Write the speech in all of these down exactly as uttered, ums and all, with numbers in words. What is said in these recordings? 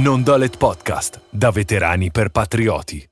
Non-Dolet Podcast, da veterani per patrioti.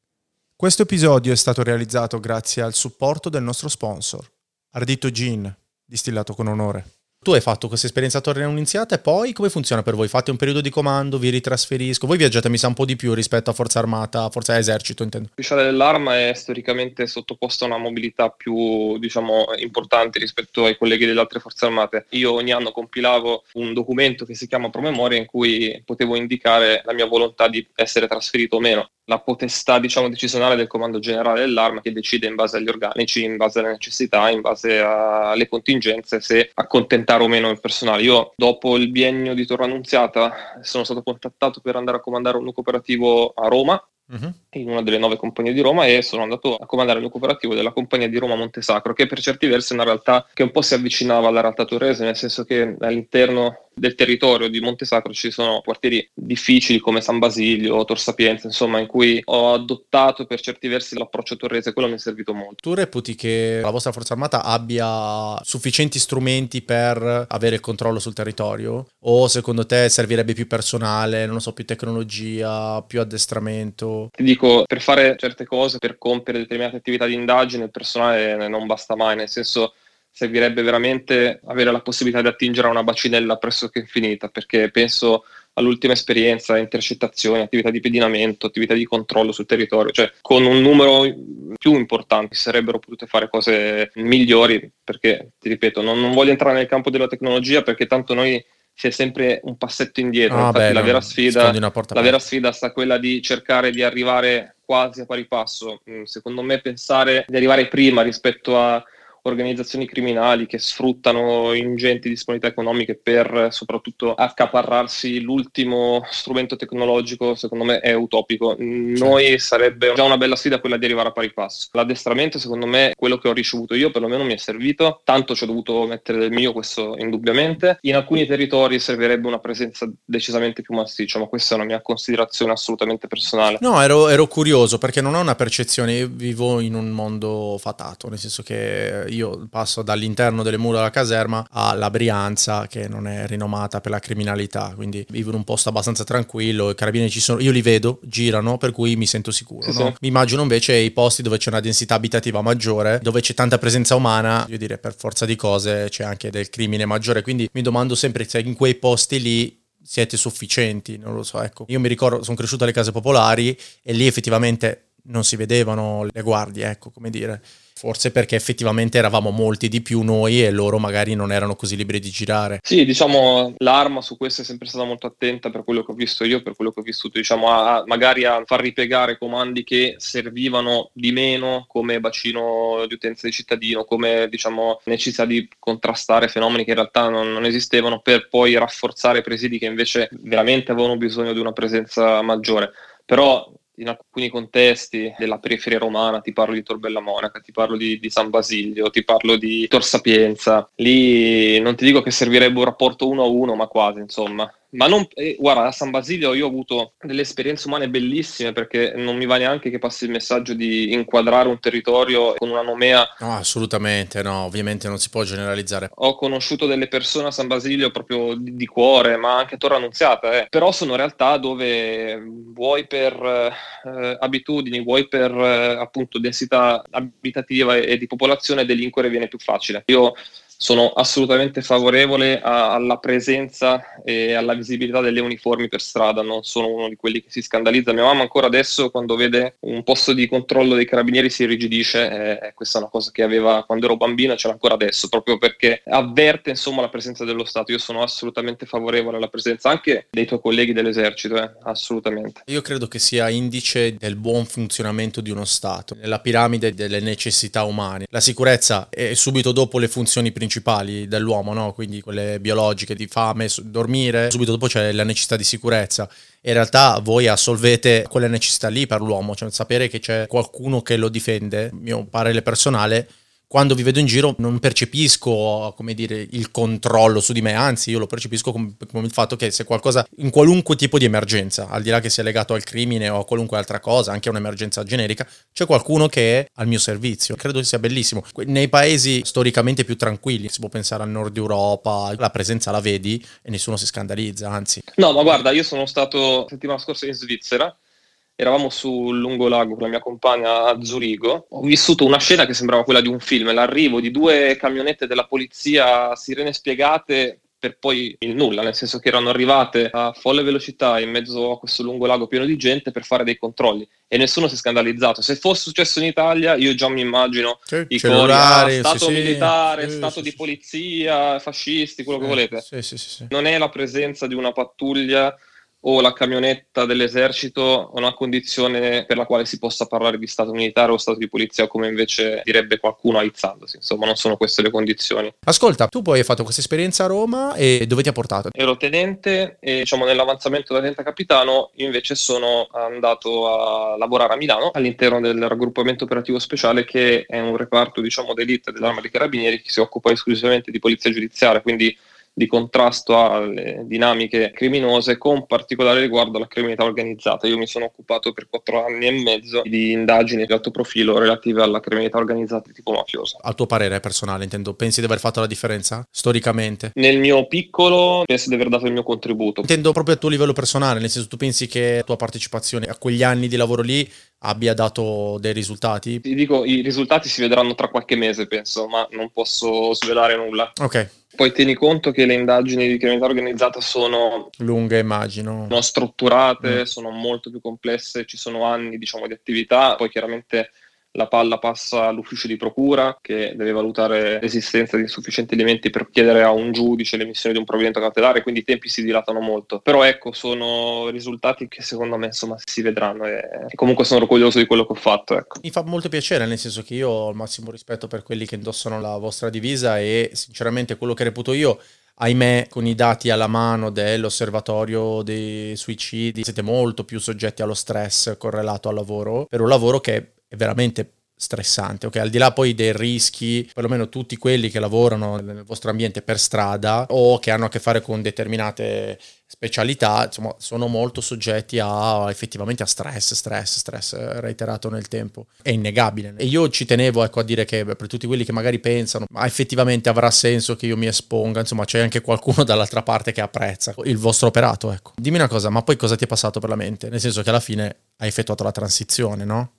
Questo episodio è stato realizzato grazie al supporto del nostro sponsor, Ardito Gin, distillato con onore. Tu hai fatto questa esperienza a Torre Annunziata e poi come funziona per voi? Fate un periodo di comando, vi ritrasferisco? Voi viaggiate mi sa un po' di più rispetto a Forza Armata, Forza Esercito intendo. L'ufficiale dell'Arma è storicamente sottoposto a una mobilità più, diciamo, importante rispetto ai colleghi delle altre forze armate. Io ogni anno compilavo un documento che si chiama promemoria in cui potevo indicare la mia volontà di essere trasferito o meno. La potestà, diciamo, decisionale del comando generale dell'Arma che decide in base agli organici, in base alle necessità, in base alle contingenze se accontentare o meno il personale. Io dopo il biennio di Torre Annunziata sono stato contattato per andare a comandare un nucleo operativo a Roma, uh-huh. in una delle nove compagnie di Roma, e sono andato a comandare il nucleo operativo della compagnia di Roma Monte Sacro, che per certi versi è una realtà che un po' si avvicinava alla realtà torrese, nel senso che all'interno del territorio di Monte Sacro ci sono quartieri difficili come San Basilio, Tor Sapienza, insomma, in cui ho adottato per certi versi l'approccio torrese. Quello mi è servito molto. Tu reputi che la vostra forza armata abbia sufficienti strumenti per avere il controllo sul territorio? O secondo te servirebbe più personale, non lo so, più tecnologia, più addestramento? Ti dico, per fare certe cose, per compiere determinate attività di indagine, il personale non basta mai, nel senso servirebbe veramente avere la possibilità di attingere a una bacinella pressoché infinita, perché penso all'ultima esperienza, intercettazioni, attività di pedinamento, attività di controllo sul territorio, cioè con un numero più importante sarebbero potute fare cose migliori, perché ti ripeto, non, non voglio entrare nel campo della tecnologia perché tanto noi si è sempre un passetto indietro. Ah, infatti beh, la no, vera sfida la vera aperta. sfida sta quella di cercare di arrivare quasi a pari passo. Secondo me pensare di arrivare prima rispetto a organizzazioni criminali che sfruttano ingenti disponibilità economiche per soprattutto accaparrarsi l'ultimo strumento tecnologico, secondo me è utopico. Noi sarebbe già una bella sfida quella di arrivare a pari passo. L'addestramento, secondo me, quello che ho ricevuto io perlomeno mi è servito, tanto ci ho dovuto mettere del mio, questo indubbiamente. In alcuni territori servirebbe una presenza decisamente più massiccia, ma questa è una mia considerazione assolutamente personale. No, ero, ero curioso perché non ho una percezione, io vivo in un mondo fatato, nel senso che io passo dall'interno delle mura della caserma alla Brianza, che non è rinomata per la criminalità, quindi vivo in un posto abbastanza tranquillo, i carabinieri ci sono, io li vedo, girano, per cui mi sento sicuro, sì, no? Sì. Mi immagino invece i posti dove c'è una densità abitativa maggiore, dove c'è tanta presenza umana, io direi per forza di cose c'è anche del crimine maggiore, quindi mi domando sempre se in quei posti lì siete sufficienti, non lo so, ecco. Io mi ricordo, sono cresciuto alle case popolari e lì effettivamente non si vedevano le guardie, ecco, come dire. Forse perché effettivamente eravamo molti di più noi e loro magari non erano così liberi di girare. Sì, diciamo, l'Arma su questo è sempre stata molto attenta, per quello che ho visto io, per quello che ho vissuto, diciamo, a, magari a far ripiegare comandi che servivano di meno come bacino di utenza di cittadino, come, diciamo, necessità di contrastare fenomeni che in realtà non, non esistevano, per poi rafforzare presidi che invece veramente avevano bisogno di una presenza maggiore. Però in alcuni contesti della periferia romana, ti parlo di Tor Bella Monaca, ti parlo di, di San Basilio, ti parlo di Tor Sapienza, lì non ti dico che servirebbe un rapporto uno a uno, ma quasi, insomma. Ma non, eh, guarda, a San Basilio io ho avuto delle esperienze umane bellissime, perché non mi va neanche che passi il messaggio di inquadrare un territorio con una nomea. No, assolutamente no, ovviamente non si può generalizzare. Ho conosciuto delle persone a San Basilio proprio di, di cuore, ma anche a Torre Annunziata, eh. Però sono realtà dove vuoi per eh, abitudini, vuoi per eh, appunto densità abitativa e, e di popolazione, delinquere viene più facile. Io sono assolutamente favorevole a, alla presenza e alla visibilità delle uniformi per strada, non sono uno di quelli che si scandalizza. Mia mamma ancora adesso, quando vede un posto di controllo dei carabinieri, si irrigidisce, e questa è una cosa che aveva quando ero bambina, ce l'ha ancora adesso, proprio perché avverte, insomma, la presenza dello Stato. Io sono assolutamente favorevole alla presenza anche dei tuoi colleghi dell'esercito, eh? Assolutamente. Io credo che sia indice del buon funzionamento di uno Stato, nella piramide delle necessità umane. La sicurezza è subito dopo le funzioni principali principali dell'uomo, no? Quindi quelle biologiche di fame, dormire, subito dopo c'è la necessità di sicurezza. In realtà voi assolvete quelle necessità lì per l'uomo, cioè sapere che c'è qualcuno che lo difende, mio parere personale, quando vi vedo in giro non percepisco, come dire, il controllo su di me, anzi io lo percepisco come, come il fatto che se qualcosa, in qualunque tipo di emergenza, al di là che sia legato al crimine o a qualunque altra cosa, anche a un'emergenza generica, c'è qualcuno che è al mio servizio. Credo che sia bellissimo. Nei paesi storicamente più tranquilli, si può pensare al nord Europa, la presenza la vedi e nessuno si scandalizza, anzi. No, ma guarda, io sono stato settimana scorsa in Svizzera. Eravamo sul lungolago con la mia compagna a Zurigo. Ho vissuto una scena che sembrava quella di un film, l'arrivo di due camionette della polizia, sirene spiegate, per poi il nulla, nel senso che erano arrivate a folle velocità in mezzo a questo lungolago pieno di gente per fare dei controlli e nessuno si è scandalizzato. Se fosse successo in Italia, io già mi immagino sì, i cellulari, cori, ah, stato sì, militare, sì, stato sì, di sì, polizia, fascisti, quello sì, che volete. Sì, sì, sì, sì. Non è la presenza di una pattuglia o la camionetta dell'esercito una condizione per la quale si possa parlare di stato militare o stato di polizia, come invece direbbe qualcuno aizzandosi. Insomma, non sono queste le condizioni. Ascolta, tu poi hai fatto questa esperienza a Roma e dove ti ha portato? Ero tenente e diciamo nell'avanzamento da tenente a capitano invece sono andato a lavorare a Milano all'interno del raggruppamento operativo speciale, che è un reparto diciamo d'élite dell'Arma dei Carabinieri che si occupa esclusivamente di polizia giudiziaria, quindi di contrasto alle dinamiche criminose, con particolare riguardo alla criminalità organizzata. Io mi sono occupato per quattro anni e mezzo di indagini di alto profilo relative alla criminalità organizzata di tipo mafioso. A tuo parere personale, intendo, pensi di aver fatto la differenza storicamente? Nel mio piccolo penso di aver dato il mio contributo. Intendo proprio a tuo livello personale, nel senso, tu pensi che la tua partecipazione a quegli anni di lavoro lì abbia dato dei risultati? Ti dico, i risultati si vedranno tra qualche mese, penso, ma non posso svelare nulla. Ok. Poi tieni conto che le indagini di criminalità organizzata sono lunghe, immagino. Sono strutturate, Mm. sono molto più complesse, ci sono anni, diciamo, di attività, poi chiaramente la palla passa all'ufficio di procura che deve valutare l'esistenza di insufficienti elementi per chiedere a un giudice l'emissione di un provvedimento cautelare, quindi i tempi si dilatano molto. Però ecco, sono risultati che secondo me insomma si vedranno e comunque sono orgoglioso di quello che ho fatto. Ecco. Mi fa molto piacere, nel senso che io ho il massimo rispetto per quelli che indossano la vostra divisa e sinceramente quello che reputo io, ahimè, con i dati alla mano dell'osservatorio dei suicidi, siete molto più soggetti allo stress correlato al lavoro, per un lavoro che è veramente stressante, ok? Al di là poi dei rischi, perlomeno tutti quelli che lavorano nel vostro ambiente per strada o che hanno a che fare con determinate specialità, insomma, sono molto soggetti a effettivamente a stress, stress, stress reiterato nel tempo. È innegabile. E io ci tenevo, ecco, a dire che per tutti quelli che magari pensano, ma effettivamente avrà senso che io mi esponga, insomma, c'è anche qualcuno dall'altra parte che apprezza il vostro operato, ecco. Dimmi una cosa, ma poi cosa ti è passato per la mente? Nel senso che alla fine hai effettuato la transizione, no?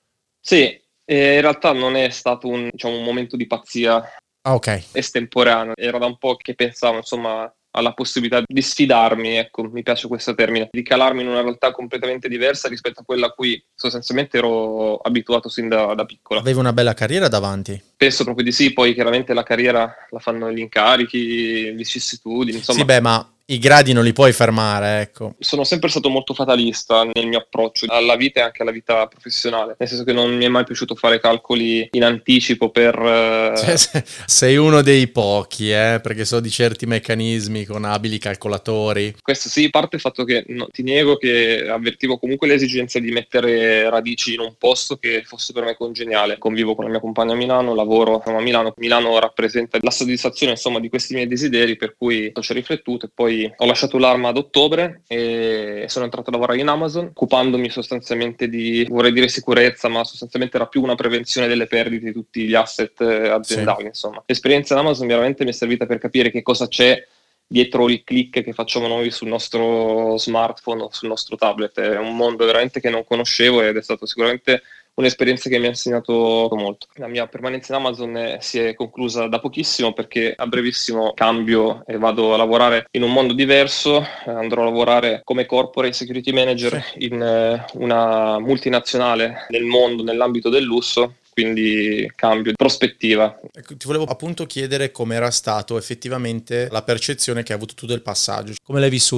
Sì. E in realtà non è stato un, diciamo, un momento di pazzia ah, okay. estemporaneo, era da un po' che pensavo insomma alla possibilità di sfidarmi, ecco, mi piace questo termine, di calarmi in una realtà completamente diversa rispetto a quella a cui sostanzialmente ero abituato sin da, da piccolo. Avevi una bella carriera davanti? Penso proprio di sì, poi chiaramente la carriera la fanno gli incarichi, le vicissitudini, insomma. Sì, beh, ma i gradi non li puoi fermare, ecco. Sono sempre stato molto fatalista nel mio approccio alla vita e anche alla vita professionale, nel senso che non mi è mai piaciuto fare calcoli in anticipo per... Cioè, sei uno dei pochi, eh, perché so di certi meccanismi con abili calcolatori. Questo sì, parte il fatto che no, ti nego che avvertivo comunque l'esigenza di mettere radici in un posto che fosse per me congeniale. Convivo con la mia compagna a Milano, lavoro a Milano. Milano rappresenta la soddisfazione insomma di questi miei desideri, per cui ci ho riflettuto e poi ho lasciato l'Arma ad ottobre e sono entrato a lavorare in Amazon, occupandomi sostanzialmente di, vorrei dire sicurezza, ma sostanzialmente era più una prevenzione delle perdite di tutti gli asset aziendali. Sì. Insomma, l'esperienza in Amazon veramente mi è servita per capire che cosa c'è dietro il click che facciamo noi sul nostro smartphone o sul nostro tablet. È un mondo veramente che non conoscevo ed è stato sicuramente un'esperienza che mi ha insegnato molto. La mia permanenza in Amazon si è conclusa da pochissimo perché a brevissimo cambio e vado a lavorare in un mondo diverso. Andrò a lavorare come corporate security manager in una multinazionale nel mondo, nell'ambito del lusso. Quindi cambio prospettiva. Ecco, ti volevo appunto chiedere com'era stato effettivamente la percezione che hai avuto tu del passaggio. Come l'hai vissuto?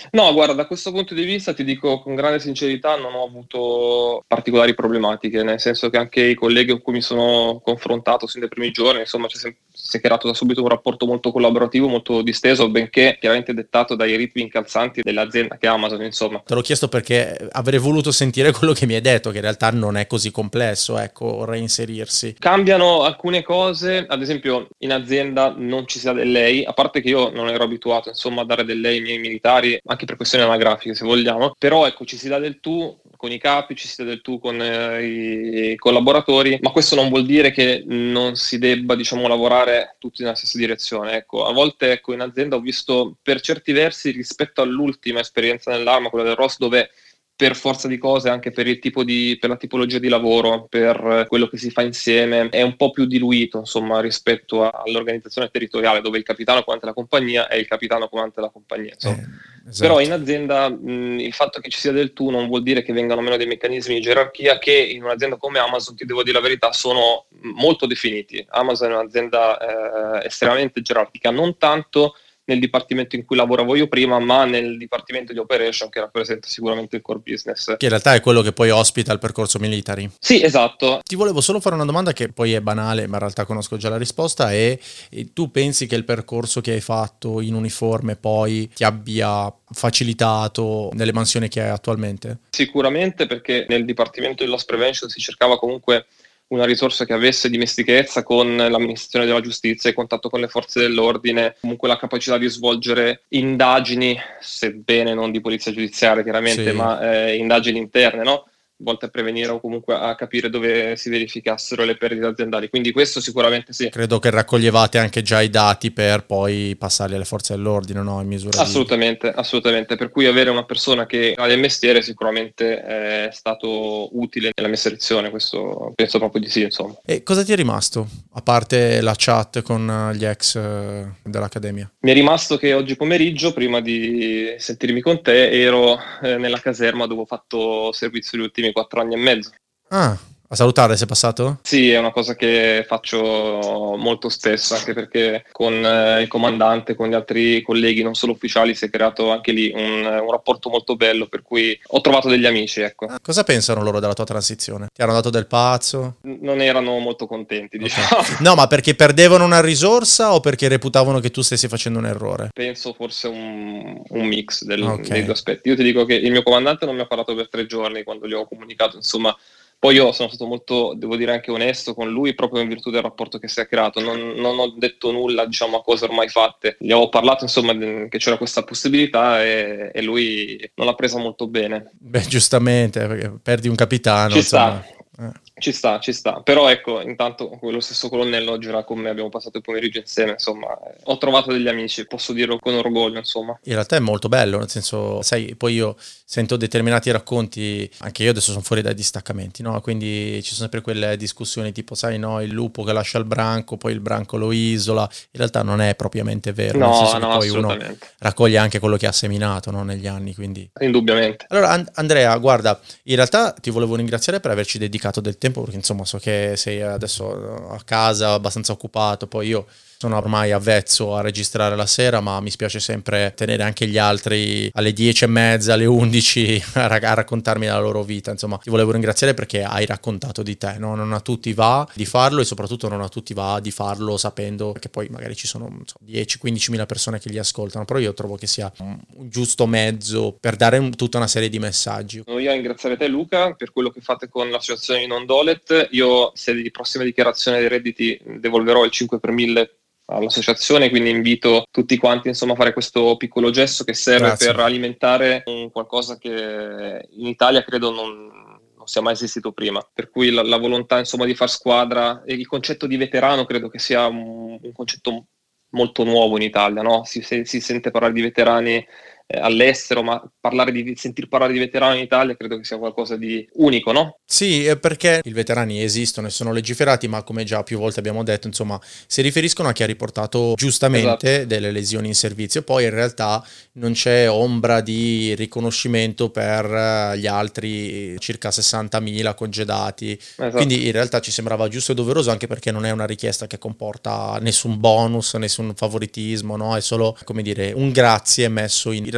No, guarda, da questo punto di vista ti dico con grande sincerità, non ho avuto particolari problematiche, nel senso che anche i colleghi con cui mi sono confrontato sin dai primi giorni, insomma, c'è sem- si è creato da subito un rapporto molto collaborativo, molto disteso, benché chiaramente dettato dai ritmi incalzanti dell'azienda che è Amazon, insomma. Te l'ho chiesto perché avrei voluto sentire quello che mi hai detto, che in realtà non è così complesso, ecco, reinserirsi. Cambiano alcune cose, ad esempio in azienda non ci sia del lei, a parte che io non ero abituato insomma a dare del lei ai miei militari, anche per questioni anagrafiche se vogliamo, però ecco ci si dà del tu con i capi, ci si dà del tu con eh, i collaboratori, ma questo non vuol dire che non si debba diciamo lavorare tutti nella stessa direzione. Ecco, a volte ecco, in azienda ho visto per certi versi rispetto all'ultima esperienza nell'arma, quella del R O S, dove per forza di cose, anche per il tipo di, per la tipologia di lavoro, per quello che si fa insieme, è un po' più diluito, insomma, rispetto a, all'organizzazione territoriale, dove il capitano comanda la compagnia è il capitano comanda la compagnia. Insomma. Eh, esatto. Però in azienda mh, il fatto che ci sia del tu non vuol dire che vengano meno dei meccanismi di gerarchia che in un'azienda come Amazon, ti devo dire la verità, sono molto definiti. Amazon è un'azienda eh, estremamente gerarchica, non tanto nel dipartimento in cui lavoravo io prima, ma nel dipartimento di operation che rappresenta sicuramente il core business. Che in realtà è quello che poi ospita il percorso military. Sì, esatto. Ti volevo solo fare una domanda che poi è banale, ma in realtà conosco già la risposta, e, e tu pensi che il percorso che hai fatto in uniforme poi ti abbia facilitato nelle mansioni che hai attualmente? Sicuramente, perché nel dipartimento di loss prevention si cercava comunque una risorsa che avesse dimestichezza con l'amministrazione della giustizia, il contatto con le forze dell'ordine, comunque la capacità di svolgere indagini, sebbene non di polizia giudiziaria chiaramente, Sì. ma eh, indagini interne, no? Volte a prevenire o comunque a capire dove si verificassero le perdite aziendali. Quindi questo sicuramente sì. Credo che raccoglievate anche già i dati per poi passarli alle forze dell'ordine, no? In misura Assolutamente, di... assolutamente. Per cui avere una persona che ha del mestiere sicuramente è stato utile nella mia selezione, questo penso proprio di sì, insomma. E cosa ti è rimasto, a parte la chat con gli ex dell'Accademia? Mi è rimasto che oggi pomeriggio, prima di sentirmi con te, ero eh, nella caserma dove ho fatto servizio gli ultimi quattro anni e mezzo. Ah, a salutare sei passato? Sì, è una cosa che faccio molto spesso, anche perché con eh, il comandante, con gli altri colleghi non solo ufficiali, si è creato anche lì un, un rapporto molto bello, per cui ho trovato degli amici, ecco. Ah, cosa pensano loro della tua transizione? Ti hanno dato del pazzo? N- non erano molto contenti, diciamo. Okay. No, ma perché perdevano una risorsa o perché reputavano che tu stessi facendo un errore? Penso forse un, un mix del, Okay. dei due aspetti. Io ti dico che il mio comandante non mi ha parlato per tre giorni quando gli ho comunicato, insomma. Poi io sono stato molto, devo dire, anche onesto con lui proprio in virtù del rapporto che si è creato. Non, non ho detto nulla, diciamo, a cose ormai fatte. Gli ho parlato, insomma, che c'era questa possibilità e, e lui non l'ha presa molto bene. Beh, giustamente, perché perdi un capitano. Ci insomma. sta. Eh. Ci sta, ci sta. Però ecco, intanto quello stesso colonnello oggi era con me, abbiamo passato il pomeriggio insieme, insomma. Ho trovato degli amici, posso dirlo con orgoglio, insomma. In realtà è molto bello, nel senso, sai, poi io sento determinati racconti, anche io adesso sono fuori dai distaccamenti, no? Quindi ci sono sempre quelle discussioni tipo, sai, no, il lupo che lascia il branco, poi il branco lo isola. In realtà non è propriamente vero, nel No, senso che no, poi uno assolutamente. raccoglie anche quello che ha seminato, no, negli anni, quindi... Indubbiamente. Allora, And- Andrea, guarda, in realtà ti volevo ringraziare per averci dedicato del tempo, perché insomma so che sei adesso a casa abbastanza occupato, poi io sono ormai avvezzo a registrare la sera, ma mi spiace sempre tenere anche gli altri alle dieci e mezza, alle undici a, ra- a raccontarmi la loro vita. Insomma, ti volevo ringraziare perché hai raccontato di te, no? Non a tutti va di farlo e soprattutto non a tutti va di farlo sapendo che poi magari ci sono so, dieci quindici mila persone che li ascoltano, però io trovo che sia un, un giusto mezzo per dare un, tutta una serie di messaggi. Io a ringraziare te Luca per quello che fate con l'associazione Non Dolet. Io, se di prossima dichiarazione dei redditi, devolverò il cinque per mille all'associazione, quindi invito tutti quanti insomma a fare questo piccolo gesto che serve Grazie. per alimentare un qualcosa che in Italia credo non, non sia mai esistito prima, per cui la, la volontà insomma di far squadra e il concetto di veterano credo che sia un, un concetto molto nuovo in Italia, no? Si, si, si sente parlare di veterani eh, all'estero, ma parlare di sentir parlare di veterani in Italia credo che sia qualcosa di unico, no? Sì, è perché i veterani esistono e sono legiferati, ma come già più volte abbiamo detto, insomma, si riferiscono a chi ha riportato giustamente esatto. delle lesioni in servizio. Poi in realtà non c'è ombra di riconoscimento per gli altri circa sessantamila congedati. Esatto. Quindi in realtà ci sembrava giusto e doveroso, anche perché non è una richiesta che comporta nessun bonus, nessun favoritismo, no? È solo, come dire, un grazie messo in... In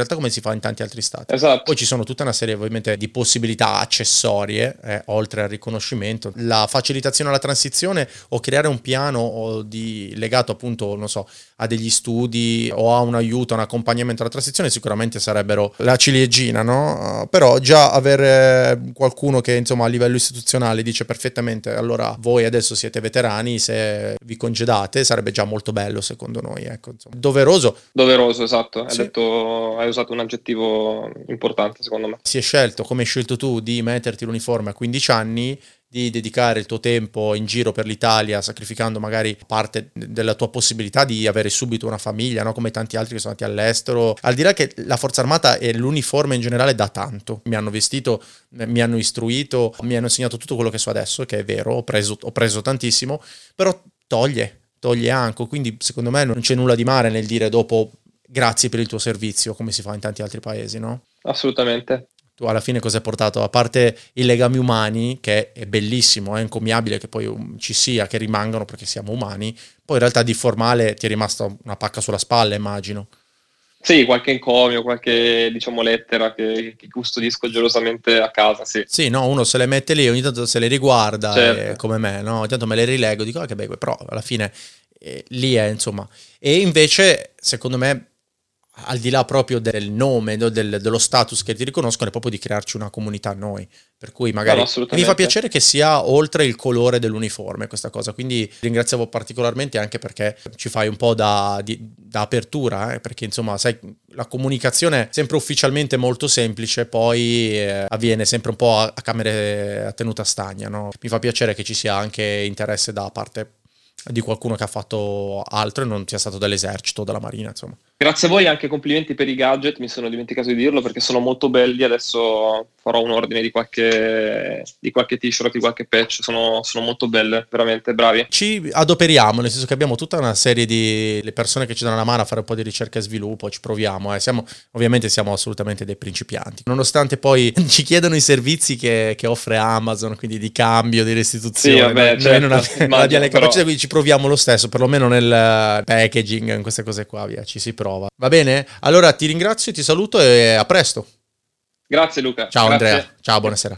realtà come si fa in tanti altri stati. Esatto. Poi ci sono tutta una serie ovviamente di possibilità accessorie, eh, oltre al riconoscimento, la facilitazione alla transizione o creare un piano o di, legato appunto, non so, a degli studi o a un aiuto, un accompagnamento alla transizione sicuramente sarebbero la ciliegina, no? Uh, però già avere qualcuno che insomma a livello istituzionale dice perfettamente allora voi adesso siete veterani, se vi congedate sarebbe già molto bello secondo noi, ecco, insomma. Doveroso. Doveroso, esatto, hai, Sì. detto, hai usato un aggettivo importante secondo me. Si è scelto, come hai scelto tu, di metterti l'uniforme a quindici anni, di dedicare il tuo tempo in giro per l'Italia, sacrificando magari parte della tua possibilità di avere subito una famiglia, no? Come tanti altri che sono andati all'estero. Al di là che la Forza Armata e l'uniforme in generale dà tanto. Mi hanno vestito, mi hanno istruito, mi hanno insegnato tutto quello che so adesso, che è vero, ho preso, ho preso tantissimo, però toglie, toglie anche. Quindi secondo me non c'è nulla di male nel dire dopo grazie per il tuo servizio, come si fa in tanti altri paesi, no? Assolutamente. Tu alla fine cosa hai portato? A parte i legami umani, che è bellissimo, è encomiabile che poi um, ci sia, che rimangano perché siamo umani, poi in realtà di formale ti è rimasta una pacca sulla spalla, immagino. Sì, qualche encomio, qualche diciamo lettera che, che custodisco gelosamente a casa, sì. Sì, no, uno se le mette lì, ogni tanto se le riguarda, Certo. e, come me, no? Ogni tanto me le rilego, dico, ah che bello, però alla fine eh, lì è, insomma. E invece, secondo me, al di là proprio del nome, no, del, dello status che ti riconoscono, è proprio di crearci una comunità noi, per cui magari No, no, mi fa piacere che sia oltre il colore dell'uniforme questa cosa, quindi ringraziavo particolarmente anche perché ci fai un po' da, di, da apertura, eh, perché insomma sai la comunicazione sempre ufficialmente molto semplice, poi eh, avviene sempre un po' a, a camere a tenuta stagna, no? Mi fa piacere che ci sia anche interesse da parte di qualcuno che ha fatto altro e non sia stato dell'esercito o della marina, insomma. Grazie a voi, anche complimenti per i gadget, mi sono dimenticato di dirlo perché sono molto belli, adesso farò un ordine di qualche, di qualche t-shirt, di qualche patch, sono, sono molto belle, veramente bravi. Ci adoperiamo, nel senso che abbiamo tutta una serie di le persone che ci danno la mano a fare un po' di ricerca e sviluppo, ci proviamo, eh. siamo, ovviamente siamo assolutamente dei principianti, nonostante poi ci chiedono i servizi che, che offre Amazon, quindi di cambio, di restituzione, sì, vabbè, noi certo, non abbiamo la però... capacità, quindi ci proviamo lo stesso, perlomeno nel packaging, in queste cose qua, via, ci si prova. Va bene? Allora ti ringrazio, ti saluto e a presto. Grazie Luca. Ciao Grazie. Andrea, ciao, buonasera.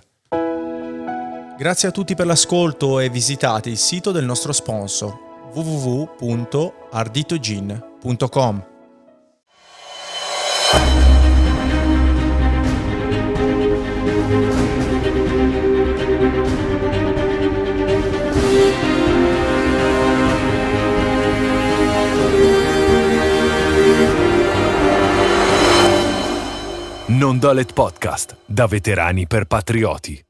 Grazie a tutti per l'ascolto e visitate il sito del nostro sponsor w w w punto arditogin punto com. Non Dolet Podcast, da veterani per patrioti.